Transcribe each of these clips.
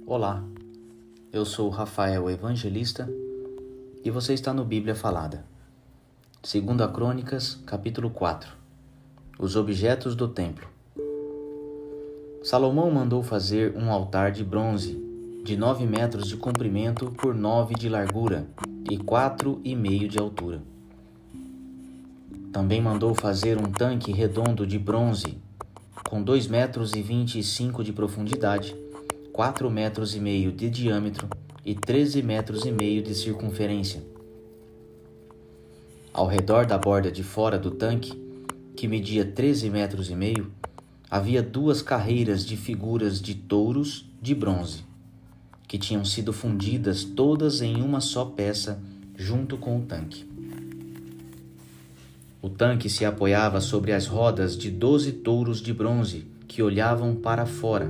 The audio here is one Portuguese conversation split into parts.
Olá, eu sou Rafael Evangelista e você está no Bíblia Falada. 2 Crônicas, capítulo 4. Os objetos do templo. Salomão mandou fazer um altar de bronze, de 9 metros de comprimento por 9 de largura e 4,5 de altura. Também mandou fazer um tanque redondo de bronze, com 2,25 metros de profundidade, 4,5 metros de diâmetro e 13,5 metros de circunferência. Ao redor da borda de fora do tanque, que media 13,5 metros, havia 2 carreiras de figuras de touros de bronze, que tinham sido fundidas todas em uma só peça junto com o tanque. O tanque se apoiava sobre as rodas de 12 touros de bronze que olhavam para fora.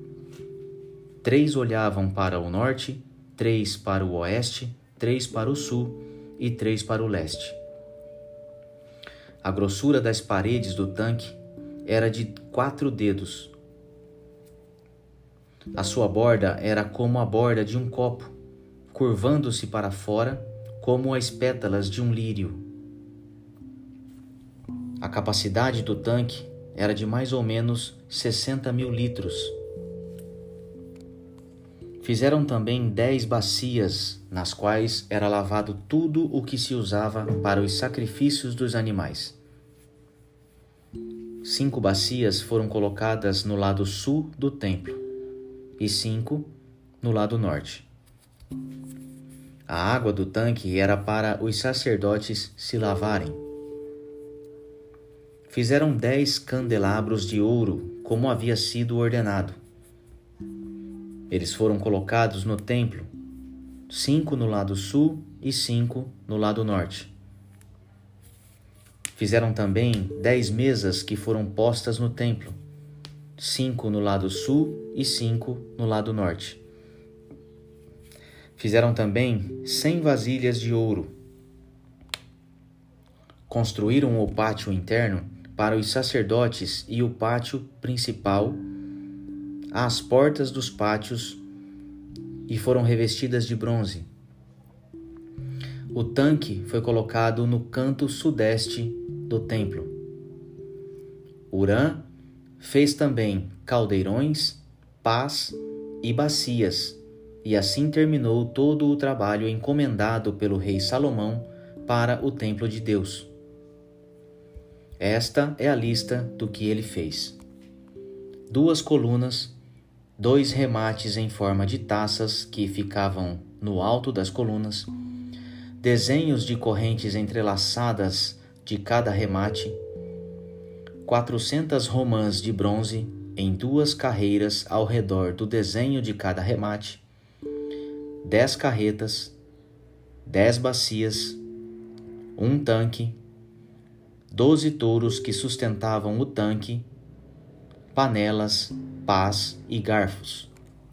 3 olhavam para o norte, 3 para o oeste, 3 para o sul e 3 para o leste. A grossura das paredes do tanque era de 4 dedos. A sua borda era como a borda de um copo, curvando-se para fora como as pétalas de um lírio. A capacidade do tanque era de mais ou menos 60 mil litros. Fizeram também 10 bacias, nas quais era lavado tudo o que se usava para os sacrifícios dos animais. 5 bacias foram colocadas no lado sul do templo e 5 no lado norte. A água do tanque era para os sacerdotes se lavarem. Fizeram 10 candelabros de ouro, como havia sido ordenado. Eles foram colocados no templo, 5 no lado sul e 5 no lado norte. Fizeram também 10 mesas que foram postas no templo, 5 no lado sul e 5 no lado norte. Fizeram também 100 vasilhas de ouro. Construíram o pátio interno para os sacerdotes e o pátio principal, as portas dos pátios, e foram revestidas de bronze. O tanque foi colocado no canto sudeste do templo. Hurã fez também caldeirões, pás e bacias, e assim terminou todo o trabalho encomendado pelo rei Salomão para o templo de Deus. Esta é a lista do que ele fez: 2 colunas, 2 remates em forma de taças que ficavam no alto das colunas, desenhos de correntes entrelaçadas de cada remate, 400 romãs de bronze em 2 carreiras ao redor do desenho de cada remate, 10 carretas, 10 bacias, um tanque, 12 touros que sustentavam o tanque, panelas, pás e garfos.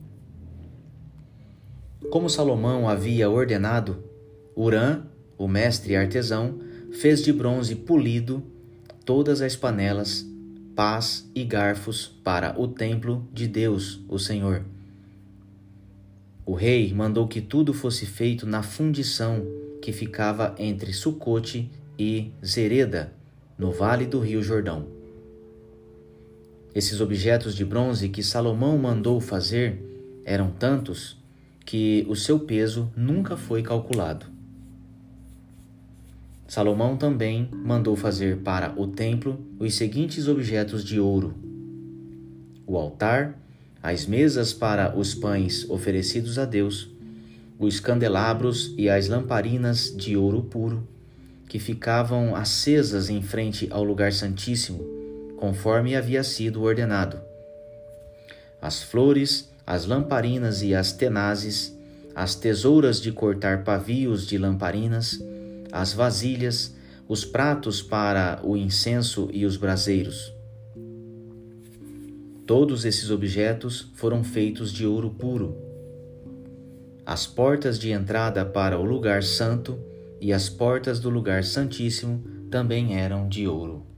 Como Salomão havia ordenado, Hurã, o mestre artesão, fez de bronze polido todas as panelas, pás e garfos para o templo de Deus, o Senhor. O rei mandou que tudo fosse feito na fundição que ficava entre Sucote e Zereda, no vale do rio Jordão. Esses objetos de bronze que Salomão mandou fazer eram tantos que o seu peso nunca foi calculado. Salomão também mandou fazer para o templo os seguintes objetos de ouro: o altar, as mesas para os pães oferecidos a Deus, os candelabros e as lamparinas de ouro puro, que ficavam acesas em frente ao lugar santíssimo, conforme havia sido ordenado, as flores, as lamparinas e as tenazes, as tesouras de cortar pavios de lamparinas, as vasilhas, os pratos para o incenso e os braseiros. Todos esses objetos foram feitos de ouro puro. As portas de entrada para o lugar santo e as portas do lugar santíssimo também eram de ouro.